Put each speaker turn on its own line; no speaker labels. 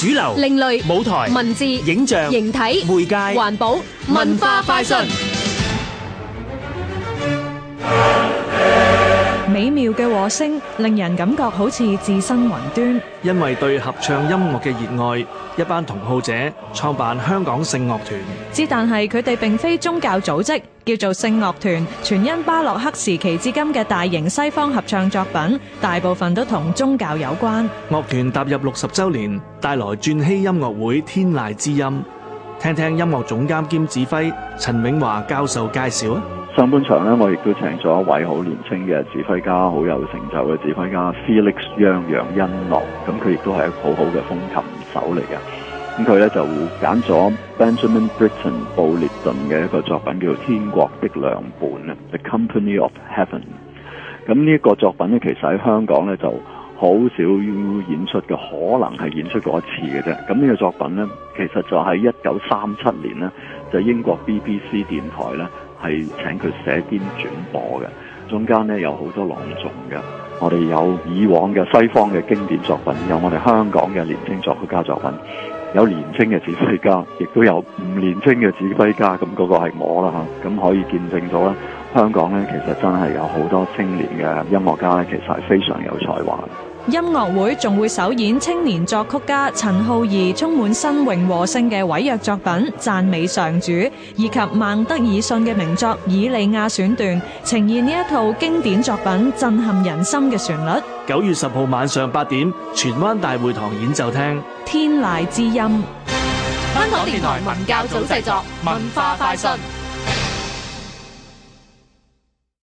主流、
另類
舞台、
文字、
影像、
形體、
媒介、
環保、文化快訊。
美妙嘅和聲令人感覺好似置身雲端。
因為對合唱音樂嘅熱愛，一班同好者創辦香港聖樂團。
之但係佢哋並非宗教組織，叫做聖樂團，全因巴洛克時期至今嘅大型西方合唱作品，大部分都同宗教有關。
樂團踏入60週年，帶來鑽禧音樂會天籟之音。聽聽音樂總監兼指揮陳永華教授介紹啊！
上半場咧，我亦都請咗一位好年輕嘅指揮家，好有成就嘅指揮家 Felix 楊恩諾，咁佢亦都係一個好好嘅風琴手嚟嘅。咁佢咧就揀咗 Benjamin Britten 布列頓嘅一個作品叫做《天國的良伴》The Company of Heaven。咁呢一個作品咧，其實喺香港咧就好少演出嘅，可能係演出過一次嘅啫。咁呢個作品咧，其實就喺1937年咧，就英國 BBC 電台咧，係請佢寫兼轉播嘅，中間咧有好多朗誦嘅。我哋有以往嘅西方嘅經典作品，有我哋香港嘅年輕作曲家作品，有年輕嘅指揮家，亦都有唔年輕嘅指揮家。咁嗰個係我啦嚇，咁可以見證到啦。香港咧其實真係有好多青年嘅音樂家咧，其實係非常有才華。
音樂會仲會首演青年作曲家陳浩儀充滿新穎和聲嘅委約作品《讚美上主》，以及孟德爾遜嘅名作《以利亞選段》，呈現呢一套經典作品震撼人心嘅旋律。
9月10號晚上8點，荃灣大會堂演奏廳，
天籟之音。
香港電台文教組製作，文化快訊。